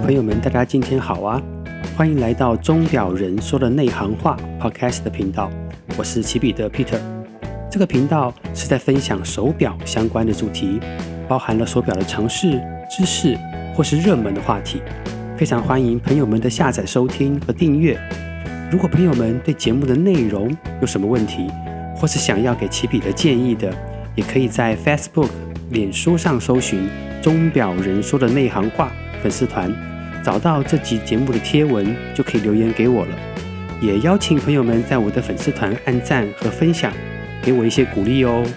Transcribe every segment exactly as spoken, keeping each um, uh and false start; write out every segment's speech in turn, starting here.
朋友们，大家今天好啊！欢迎来到钟表人说的内行话 Podcast 的频道，我是齐彼得 Peter。这个频道是在分享手表相关的主题，包含了手表的常识、知识或是热门的话题。非常欢迎朋友们的下载、收听和订阅。如果朋友们对节目的内容有什么问题，或是想要给齐彼得建议的，也可以在 Facebook、脸书上搜寻钟表人说的内行话粉丝团，找到这集节目的贴文，就可以留言给我了。也邀请朋友们在我的粉丝团按赞和分享，给我一些鼓励哦。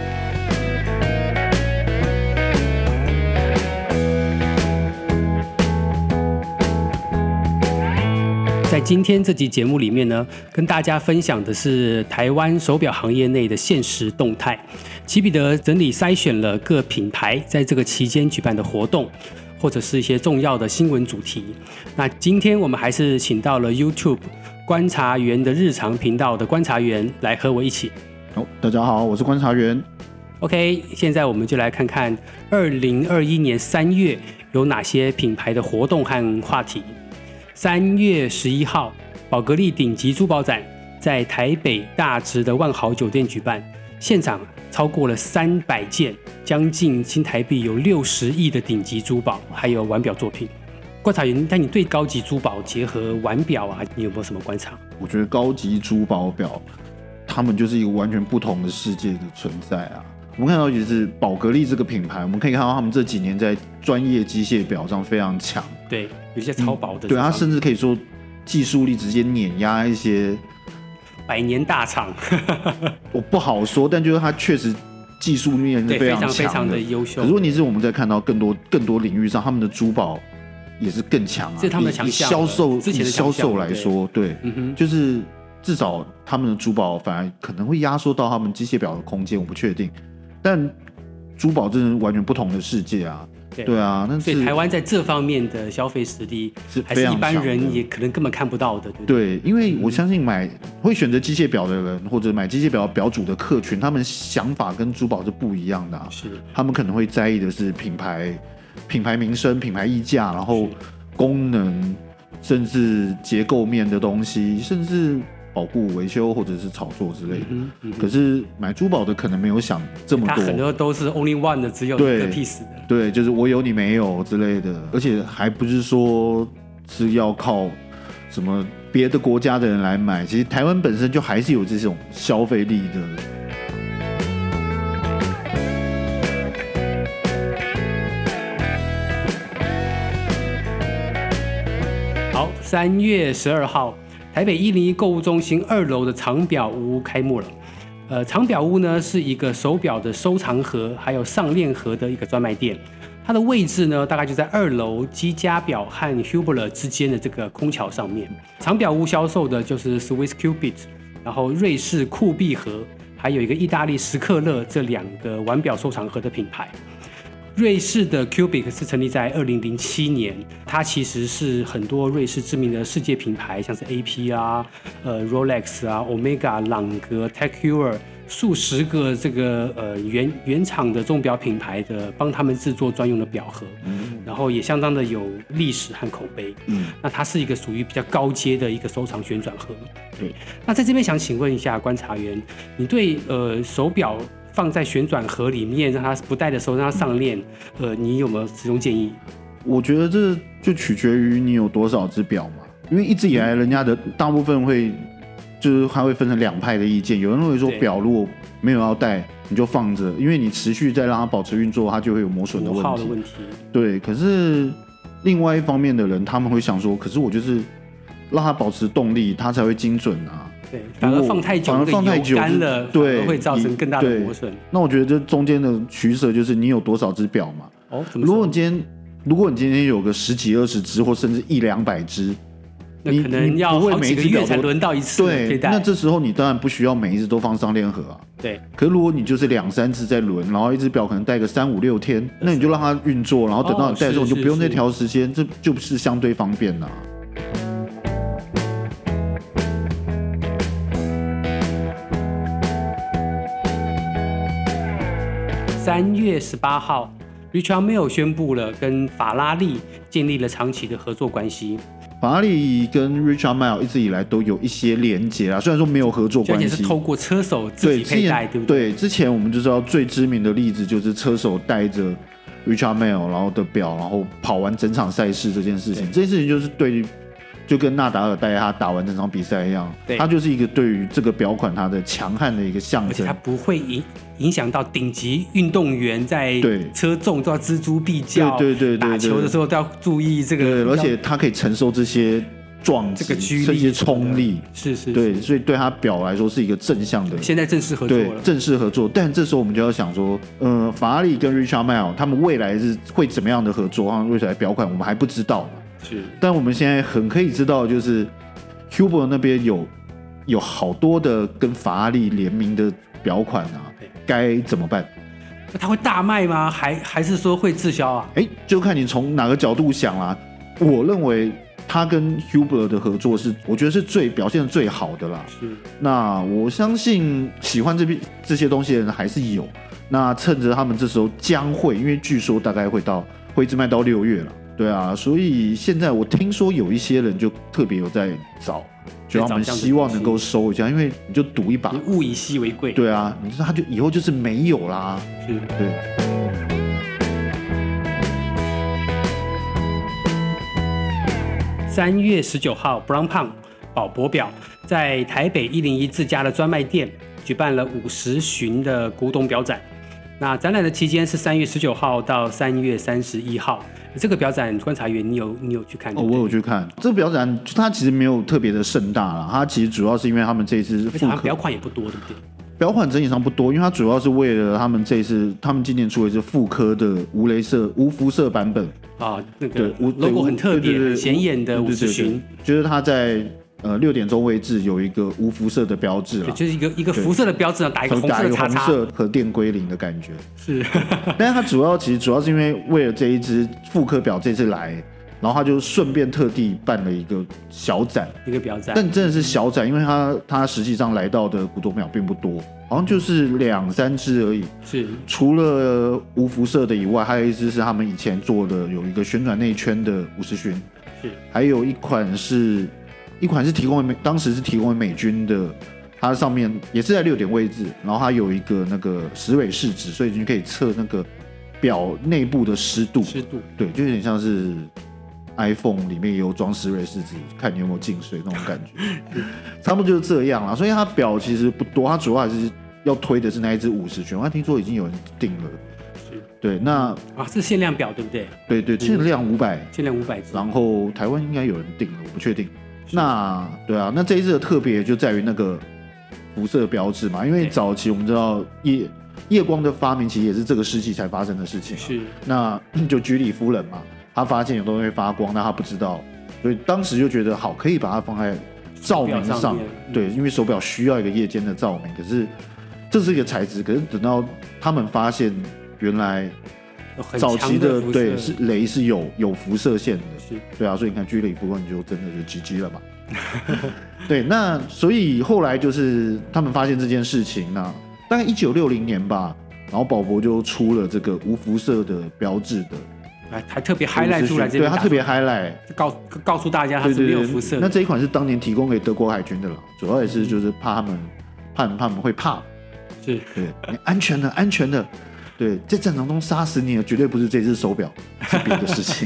在今天这集节目里面呢，跟大家分享的是台湾手表行业内的现实动态。齐彼得整理筛选了各品牌在这个期间举办的活动，或者是一些重要的新闻主题。那今天我们还是请到了 YouTube 观察员的日常频道的观察员来和我一起。 哦，大家好，我是观察员。 OK， 现在我们就来看看二零二一年三月有哪些品牌的活动和话题。三月十一号，宝格丽顶级珠宝展在台北大直的万豪酒店举办，现场超过了三百件，将近新台币有六十亿的顶级珠宝，还有腕表作品。观察员，但你对高级珠宝结合腕表啊，你有没有什么观察？ 我觉得高级珠宝表，他们就是一个完全不同的世界的存在啊。我们看到就是宝格丽这个品牌，我们可以看到他们这几年在专业机械表上非常强， 对，有一些超薄的、嗯， 对，他甚至可以说技术力直接碾压一些百年大厂。 我不好说，但就是他确实技术面是非常强的， 非常非常的优秀。 可是问题是我们在看到更多更多领域上，他们的珠宝也是更强啊， 这是他们的强项。 以销售之前的销售来说，对，对嗯哼， 就是至少他们的珠宝反而可能会压缩到他们机械表的空间，我不确定。但珠宝真是完全不同的世界啊，对, 对啊，那所以台湾在这方面的消费实力是还是一般人也可能根本看不到的，对不对？对，因为我相信买会选择机械表的人，或者买机械表表主的客群，他们想法跟珠宝是不一样的、啊， 是他们可能会在意的是品牌、品牌名声、品牌溢价，然后功能，甚至结构面的东西，甚至保固、维修或者是炒作之类的、嗯嗯、可是买珠宝的可能没有想这么多， 他很多都是 only one 的，只有一个 piece 的， 对，就是我有你没有之类的，而且还不是说是要靠什么别的国家的人来买，其实台湾本身就还是有这种消费力的。 好，三月十二号。台北一零一购物中心二楼的藏表屋开幕了。呃，藏表屋呢是一个手表的收藏盒，还有上链盒的一个专卖店。它的位置呢，大概就在二楼积家表和 Hublot 之间的这个空桥上面。藏表屋销售的就是 Swiss Cubit， 然后瑞士酷币盒，还有一个意大利时刻勒这两个腕表收藏盒的品牌。瑞士的 Cubic 是成立在二零零七年，它其实是很多瑞士知名的世界品牌，像是 A P 啊、呃 Rolex 啊、Omega、朗格、Tag Heuer 数十个这个呃原原厂的钟表品牌的帮他们制作专用的表盒，嗯、然后也相当的有历史和口碑。嗯，那它是一个属于比较高阶的一个收藏旋转盒。对，那在这边想请问一下观察员，你对呃手表放在旋转盒里面，让它不戴的时候让它上链，呃，你有没有使用建议？ 我觉得这就取决于你有多少只表嘛，因为一直以来人家的大部分会就是还会分成两派的意见，有人会说表如果没有要戴你就放着，因为你持续再让它保持运作，它就会有磨损的问题。 磨耗的问题。对， 可是另外一方面的人他们会想说，可是我就是让它保持动力，它才会精准啊。 对，反而放太久，反而放太久干了，对，会造成更大的磨损。 那我觉得这中间的取舍就是你有多少只表嘛。 哦，怎么说？ 如果你今天，如果你今天有个十几二十只，或甚至一两百只， 那可能要好几个月才轮到一次。 对，那这时候你当然不需要每一只都放上链盒啊。 对。 可是如果你就是两三次在轮，然后一只表可能戴个三五六天，那你就让它运作，然后等到你戴的时候，你就不用再调时间，这就是相对方便啦。 三月十八号 ，Richard Mille 宣布了跟法拉利建立了长期的合作关系。 法拉利跟 Richard Mille 一直以来都有一些连结啊，虽然说没有合作关系， 而且是透过车手自己佩戴，对不对？ 对，之前我们就知道最知名的例子就是车手带着 Richard Mille 然后的表，然后跑完整场赛事这件事情。这件事情就是对于就跟纳达尔带他打完整场比赛一样，他就是一个对于这个表款他的强悍的一个象征， 而且他不会影影响到顶级运动员在车重都要锱铢必较， 对对对， 打球的时候都要注意这个， 对，而且他可以承受这些撞击、 这个居力、 这些冲力， 是是， 对，所以对他表来说是一个正向的。 现在正式合作了， 对，正式合作。但这时候我们就要想说，呃，法拉利跟 Richard Mille 他们未来是会怎么样的合作？像未来表款我们还不知道。 是，但我们现在很可以知道，就是 Hublot 那边有有好多的跟法拉利联名的表款啊，该怎么办？ 他会大卖吗？还还是说会滞销啊？ 哎，就看你从哪个角度想啦。我认为他跟 Hublot 的合作是，我觉得是最表现最好的啦。 是， 那我相信喜欢这这些东西的人还是有。那趁着他们这时候将会，因为据说大概会到会一直卖到六月了。对啊，所以现在我听说有一些人就特别有在找，就他们希望能够收一下，因为你就赌一把， 你物以稀为贵。 对啊，你知道他就以后就是没有啦。 是， 对。 三月十九号 ，Blancpain 宝珀表在台北一零一自家的专卖店举办了五十巡的古董表展。那展览的期间是三月十九号到三月三十一号。这个表展观察员，你有你有去看？ 哦，我有去看。这个表展它其实没有特别的盛大啦，它其实主要是因为他们这一次是复刻， 表款也不多，对不对？ 表款整体上不多，因为它主要是为了他们这一次，他们今年出的是复刻的无雷射、无辐射版本啊，那个 logo 很特别、很显眼的五十巡， 就是它在。呃，六点钟位置有一个无辐射的标志啊， 就是一个一个辐射的标志，打一个红色的叉叉， 红色和电归零的感觉。 是， 但是它主要其实主要是因为为了这一只复刻表这次来，然后他就顺便特地办了一个小展， 一个表展。 但真的是小展，因为它它实际上来到的古董表并不多，好像就是两三只而已。 是， 除了无辐射的以外，还有一只是他们以前做的有一个旋转内圈的五十巡， 是， 还有一款是。一款是提供给当时是提供给美军的，它上面也是在六点位置，然后它有一个那个石蕊试纸，所以你可以测那个表内部的湿度。 湿度， 对，就有点像是 iPhone 里面也有装石蕊试纸，看你有没有进水那种感觉，差不多就是这样啦。所以它表其实不多，它主要还是要推的是那一只五十圈，我听说已经有人订了。对，那啊是限量表对不对？ 对对，限量五百， 限量五百只， 然后台湾应该有人订了，我不确定。那对啊，那这一次的特别就在于那个辐射标志嘛，因为早期我们知道夜夜光的发明其实也是这个世纪才发生的事情。 是， 那就居里夫人嘛，她发现有东西会发光，但她不知道，所以当时就觉得好，可以把它放在照明上。 上对，因为手表需要一个夜间的照明，可是这是一个材质，可是等到他们发现原来早期的对是雷是有有辐射线的。对啊，所以你看居里夫人就真的就 G G 了嘛。对，那所以后来就是他们发现这件事情，那大概一九六零年吧，然后宝珀就出了这个无辐射的标志的， 还还特别 highlight 出来这边， 对，他特别 highlight 告告诉大家它是没有辐射的。 那这一款是当年提供给德国海军的了，主要也是就是怕他们怕他们会怕， 是对，安全的安全的，对，在战场中杀死你的绝对不是这只手表，是别的事情。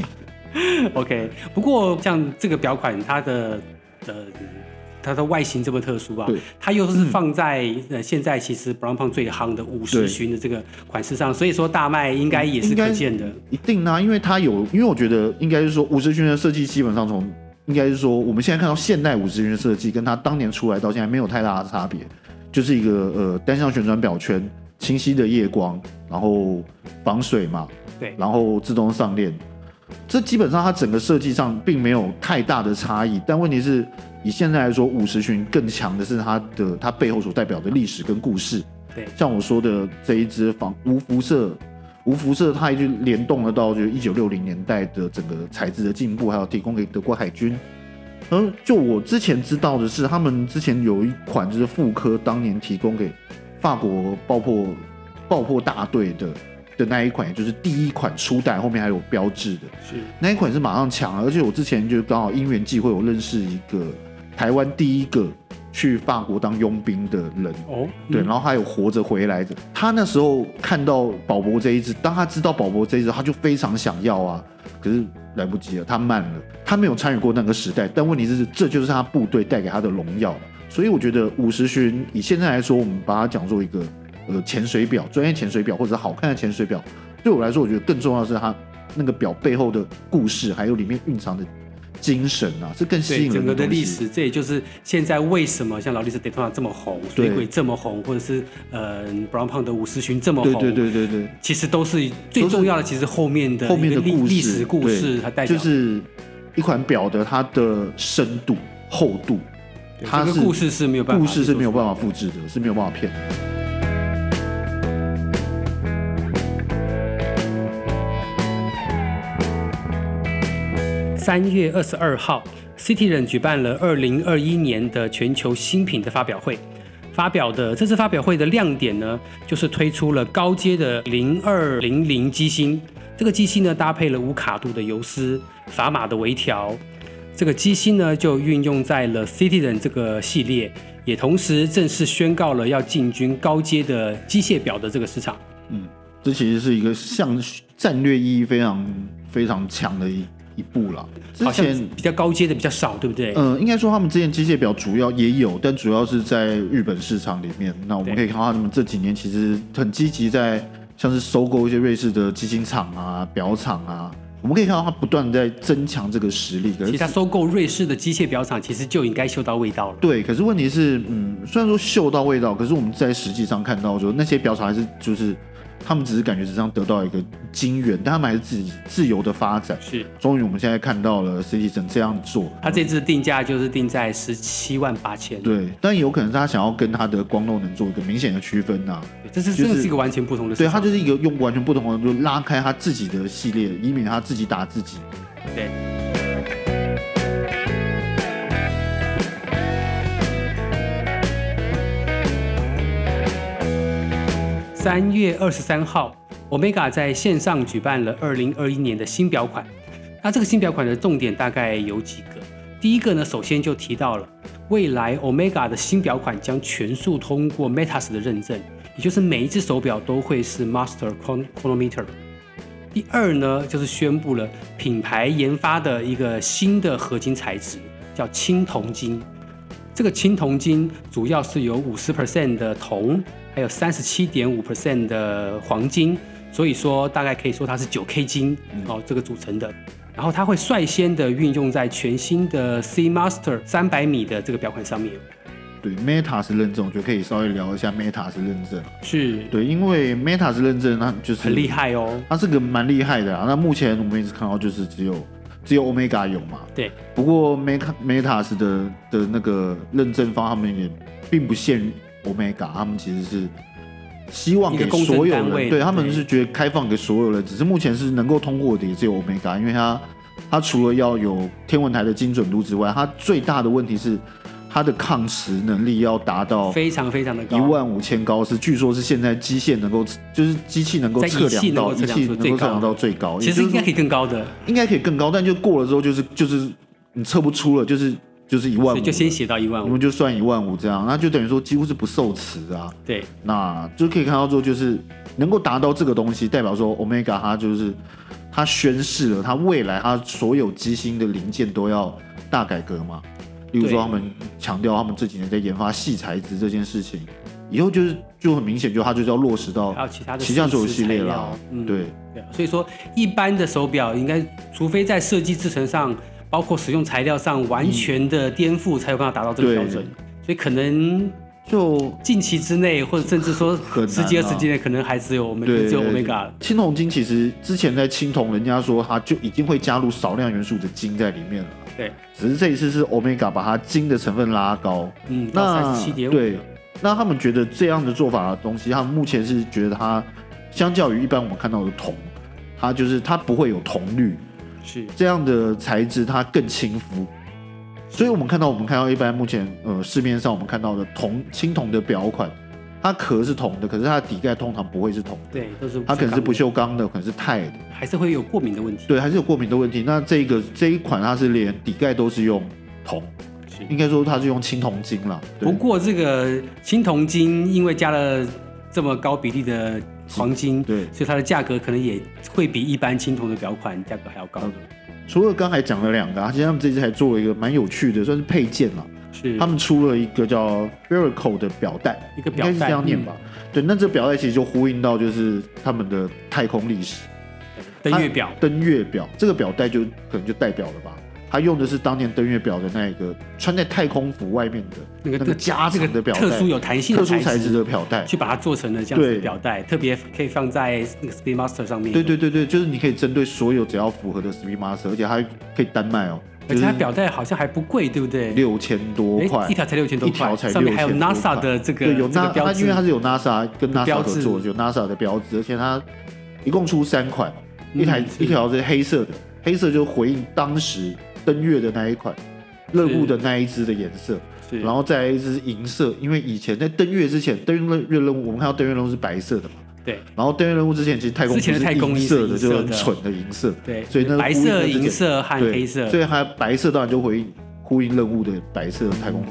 OK， 不过像这个表款，它的呃它的外形这么特殊啊，它又是放在、嗯呃、现在其实 Blancpain 最夯的五十巡的这个款式上，所以说大卖应该也是可见的。 一定啊，因为它有，因为我觉得应该是说五十巡的设计基本上从应该是说我们现在看到现代五十巡的设计，跟它当年出来到现在没有太大的差别，就是一个呃单向旋转表圈，清晰的夜光，然后防水嘛， 对， 然后自动上链。这基本上它整个设计上并没有太大的差异，但问题是以现在来说，五十巡更强的是它的它背后所代表的历史跟故事。 对，像我说的这一支防无辐射，无辐射它就联动了到就一九六零年代的整个材质的进步，还有提供给德国海军。而就我之前知道的是，他们之前有一款就是复刻当年提供给法国爆破爆破大队的的那一款，也就是第一款初代，后面还有标志的， 是那一款是马上抢了。而且我之前就刚好因缘际会，我认识一个台湾第一个去法国当佣兵的人， 哦，嗯、 对，然后还有活着回来的。他那时候看到宝珀这一支，当他知道宝珀这一支，他就非常想要啊，可是来不及了，他慢了，他没有参与过那个时代。但问题是，这就是他部队带给他的荣耀。所以我觉得五十巡以现在来说，我们把它讲做一个呃潜水表，专业潜水表或者好看的潜水表。对我来说，我觉得更重要的是它那个表背后的故事，还有里面蕴藏的精神啊，是更吸引人的整个的历史。这也就是现在为什么像劳力士 Daytona 这么红，水鬼这么红，或者是呃 Brown Pound 的五十巡这么红， 对对对对对， 其实都是最重要的。其实后面的后面的故事历史故事，它代表就是一款表的它的深度、厚度。它这个故事是没有办法， 故事是没有办法复制的，是没有办法骗的。 三月二十二号 ，Citizen 举办了二零二一年的全球新品的发表会。发表的这次发表会的亮点呢，就是推出了高阶的零二零零机芯。这个机芯呢，搭配了无卡度的游丝、砝码的微调。这个机芯呢，就运用在了 Citizen 这个系列，也同时正式宣告了要进军高阶的机械表的这个市场。 嗯，这其实是一个像战略意义非常非常强的一一步啦。之前好像比较高阶的比较少，对不对？ 嗯、呃，应该说他们之前机械表主要也有，但主要是在日本市场里面。那我们可以看到他们这几年其实很积极在像是收购一些瑞士的机芯厂啊、表厂啊。我们可以看到它不断在增强这个实力。可是其实它收购瑞士的机械表厂，其实就应该嗅到味道了。 对，可是问题是，嗯，虽然说嗅到味道，可是我们在实际上看到说那些表厂还是就是他们只是感觉只是得到一个金源，但他们还是自己自由的发展。 是， 终于我们现在看到了 Citizen 这样做。 它这次定价就是定在十七万八千。 对，但有可能是他想要跟他的光漏能做一个明显的区分啊。 这是真的是一个完全不同的市场。 对， 它就是一个用完全不同的，就拉开他自己的系列，以免他自己打自己。 对。三月二十三号 ，Omega 在线上举办了二零二一年的新表款。那这个新表款的重点大概有几个。第一个呢，首先就提到了未来 Omega 的新表款将全数通过 METAS 的认证，也就是每一只手表都会是 Master Chronometer。第二呢，就是宣布了品牌研发的一个新的合金材质，叫青铜金。这个青铜金主要是由 百分之五十 的铜，还有 百分之三十七点五 的黄金，所以说大概可以说它是 九 K 金、哦、这个组成的。然后它会率先的运用在全新的 C Master 三百米的这个表款上面。 对 METAS 认证，我觉得可以稍微聊一下 METAS 认证。 是， 对，因为 METAS 认证它就是很厉害哦， 它是个蛮厉害的啊。那目前我们一直看到就是只有只有 Omega 有嘛。 对。 不过 METAS 的的那个认证方他们也并不限 Omega， 他们其实是希望给所有人，对，他们是觉得开放给所有人，只是目前是能够通过的也只有 Omega， 因为它它除了要有天文台的精准度之外，它最大的问题是它的抗磁能力要达到非常非常的高， 一万五千高是据说是现在机械能够，就是机器能够测量到，仪器能够测量到最高， 其实应该可以更高的， 应该可以更高，但就过了之后就是就是你测不出了，就是就是一万五， 就先写到一万五， 我们就算一万五这样，那就等于说几乎是不受磁啊。 对， 那就可以看到说，就是能够达到这个东西，代表说 Omega 它就是它宣示了它未来它所有机芯的零件都要大改革嘛。例如说，他们强调他们这几年在研发细材质这件事情，以后就是就很明显，就它就是要落实到其他的其他所有系列啦。 嗯、 对对，所以说一般的手表应该，除非在设计制程上，包括使用材料上完全的颠覆，才有办法达到这个标准。所以可能就近期之内，或者甚至说十几二十年内，可能还只有我们只有 Omega。 青铜金其实之前在青铜，人家说它就已经会加入少量元素的金在里面了。 对， 只是这一次是 Omega 把它金的成分拉高， 嗯，到三十七点五。 对，那他们觉得这样的做法的东西，他们目前是觉得它相较于一般我们看到的铜，它就是它不会有铜绿， 是这样的材质它更亲肤，所以我们看到我们看到一般目前呃市面上我们看到的铜青铜的表款， 它壳是铜的，可是它的底盖通常不会是铜的， 对，都是它可能是不锈钢的，可能是钛的， 还是会有过敏的问题。 对，还是有过敏的问题。那这个这一款它是连底盖都是用铜，应该说它是用青铜金啦。 不过这个青铜金因为加了这么高比例的黄金， 对， 所以它的价格可能也会比一般青铜的表款价格还要高。嗯、 除了刚才讲了两个，其实他们这次还做了一个蛮有趣的，算是配件啦。 是， 他们出了一个叫 Verico 的表带， 一个表带应该是这样念吧？嗯、对，那这表带其实就呼应到就是他们的太空历史， 登月表， 登月表这个表带就可能就代表了吧？它用的是当年登月表的那一个穿在太空服外面的那个那个加长的表带， 特殊有弹性的特殊材质的表带， 去把它做成了这样子的表带，特别可以放在那个 Speedmaster 上面。 对对对对，就是你可以针对所有只要符合的 Speedmaster， 而且它可以单卖哦。 而且它表带好像还不贵，对不对？ 六千多块， 一条才六千多块， 一条才上面还有 NASA 的这个对，有 NASA，、这个、标志， 因为它是有 NASA 跟 NASA 合作，有 NASA 的标志，而且它一共出三款，一台、嗯、一条是黑色的，黑色就回应当时登月的那一款任务的那一支的颜色，然后再来一支是银色，因为以前在登月之前，登月任务我们看到登月任务是白色的嘛。 对， 然后登月任务之前，其实太空是银色的，就很蠢的银色。 对， 所以那白色、银色和黑色， 所以它白色当然就回应呼应任务的白色的太空服。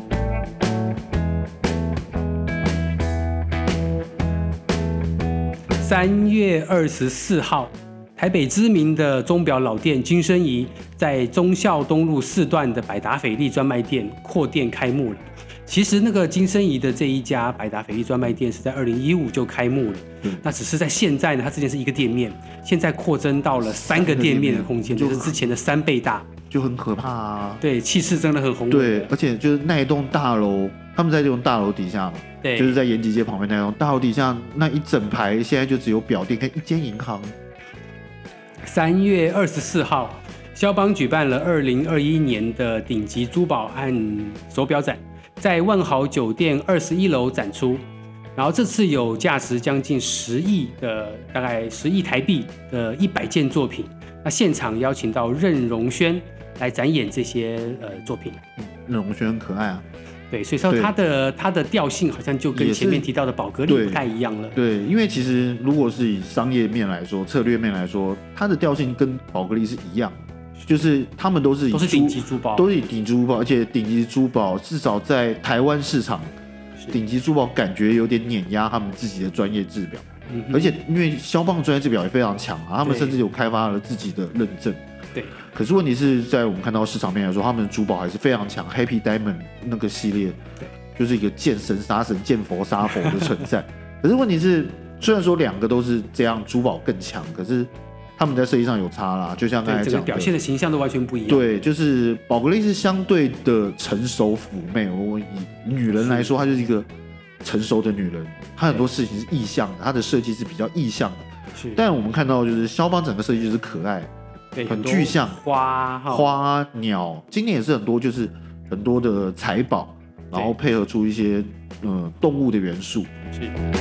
三月二十四号，台北知名的钟表老店金生仪在忠孝东路四段的百达翡丽专卖店扩店开幕了。其实那个金生仪的这一家百达翡丽专卖店是在二零一五就开幕了，嗯、那只是在现在呢，它之前是一个店面，现在扩增到了三个店面的空间，就是之前的三倍大， 就很可怕啊。 对，气势真的很宏伟。 对，而且就是那一栋大楼，他们在这栋大楼底下嘛， 对， 就是在延吉街旁边那栋大楼底下那一整排，现在就只有表店跟一间银行。 三月二十四号，萧邦举办了二零二一年的顶级珠宝和手表展。在万豪酒店二十一楼展出，然后这次有价值将近十亿的，大概十亿台币的一百件作品。那现场邀请到任容萱来展演这些呃作品。 嗯，任容萱很可爱啊。 对，所以说它的它的调性好像就跟前面提到的宝格丽不太一样了。 对，因为其实如果是以商业面来说、策略面来说，它的调性跟宝格丽是一样的。就是他们都是以都是顶级珠宝， 都是以顶级珠宝，而且顶级珠宝至少在台湾市场，顶级珠宝感觉有点碾压他们自己的专业制表，嗯、而且因为萧邦专业制表也非常强啊，他们甚至有开发了自己的认证。 对， 可是问题是在我们看到市场面来说，他们的珠宝还是非常强 ，Happy Diamond 那个系列，对，就是一个见神杀神、见佛杀佛的存在。可是问题是，虽然说两个都是这样，珠宝更强，可是他们在设计上有差啦，就像刚才讲的， 整个表现的形象都完全不一样。 对，就是宝格丽是相对的成熟妩媚，我以女人来说，她就是一个成熟的女人，她很多事情是意象的，她的设计是比较意象的。 是， 但我们看到就是萧邦整个设计就是可爱， 对， 很具象， 花花鸟，今年也是很多就是很多的财宝，然后配合出一些呃动物的元素。 是。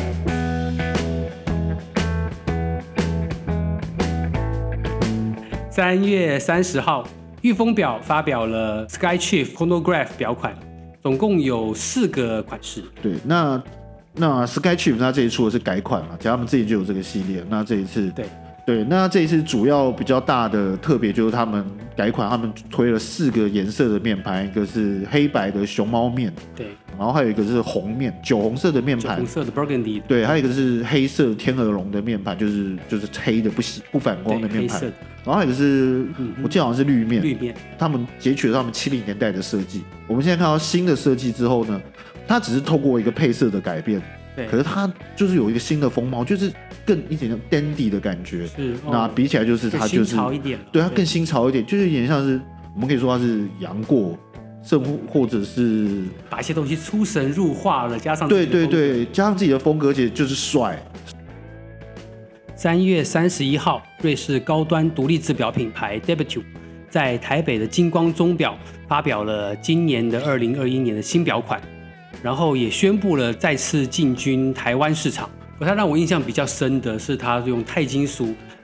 三月三十号，裕丰表发表了 Skychief Chronograph 表款，总共有四个款式。 对，那那 Skychief 它这一出的是改款嘛，其实他们之前就有这个系列，那这一次对对，那这一次主要比较大的特别就是他们改款，他们推了四个颜色的面盘，一个是黑白的熊猫面， 对， 然后还有一个是红面，酒红色的面盘， 酒红色的 Burgundy， 对，还有一个是黑色天鹅绒的面盘，就是就是黑的不不反光的面盘，然后还有一个是、嗯、我记得好像是绿面， 绿面，他们截取了他们七零年代的设计。我们现在看到新的设计之后呢，它只是透过一个配色的改变，对，可是它就是有一个新的风貌，就是更一点像 dandy 的感觉。 是，哦、 那比起来就是它就是新潮一点， 对，它更新潮一点，就是有点像是我们可以说它是杨过。甚或者是把一些东西出神入化了，加上对对对，加上自己的风格，而且就是帅。 三月三十一号，瑞士高端独立制表品牌 Debut 在台北的金光钟表发表了今年的二零二一年的新表款，然后也宣布了再次进军台湾市场。它让我印象比较深的是，它用钛金属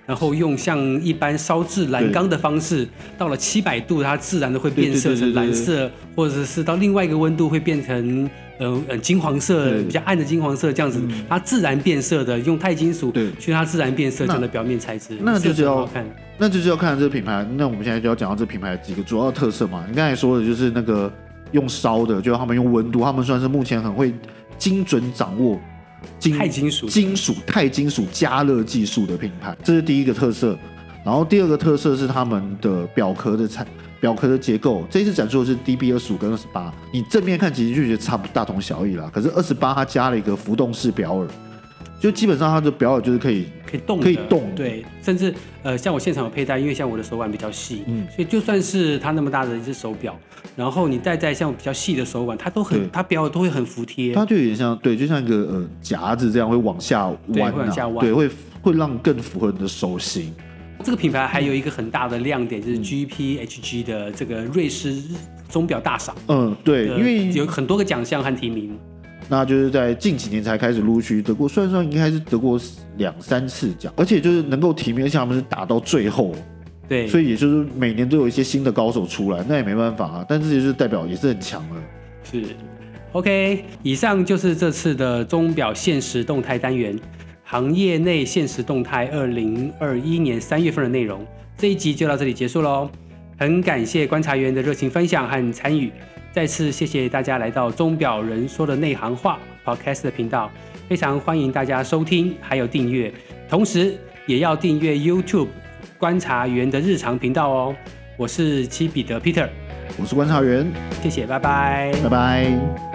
然后用像一般烧制蓝钢的方式，到了七百度，它自然的会变色成蓝色，对对对对对，或者是到另外一个温度会变成呃呃金黄色，比较暗的金黄色这样子，嗯、它自然变色的，用钛金属去它自然变色这样的表面材质， 那就是要看， 那就是要看这个品牌。那我们现在就要讲到这个品牌几个主要的特色嘛。你刚才说的就是那个用烧的，就是他们用温度，他们算是目前很会精准掌握金钛金属、 金属、钛金属加热技术的品牌，这是第一个特色。然后第二个特色是他们的表壳的材。表壳的结构，这一次展出的是 D B 二十五 跟二十八，你正面看其实就觉得差不大同小异啦。可是二十八它加了一个浮动式表耳，就基本上它的表耳就是可以可以动可以动， 对，甚至呃像我现场有佩戴，因为像我的手腕比较细，嗯，所以就算是它那么大的一只手表，然后你戴在像比较细的手腕，它都很它表耳都会很服帖， 它就有点像对，就像一个呃夹子这样会往下弯、啊， 对，会往下弯， 对，会会让更符合你的手型。 这个品牌还有一个很大的亮点，就是 G P H G 的这个瑞士钟表大赏。 嗯，对，因为有很多个奖项和提名。 那就是在近几年才开始陆续得过，算算应该是得过两三次奖，而且就是能够提名，而且他们是打到最后。 对， 所以也就是每年都有一些新的高手出来，那也没办法啊。但是就是代表也是很强了。 是 ，OK， 以上就是这次的钟表限时动态单元。行业内限时动态二零二一年三月份的内容，这一集就到这里结束喽。很感谢观察员的热情分享和参与，再次谢谢大家来到钟表人说的内行话 Podcast 的频道，非常欢迎大家收听还有订阅，同时也要订阅 YouTube 观察员的日常频道哦。我是七彼得 Peter， 我是观察员， 谢谢，拜拜， 拜拜。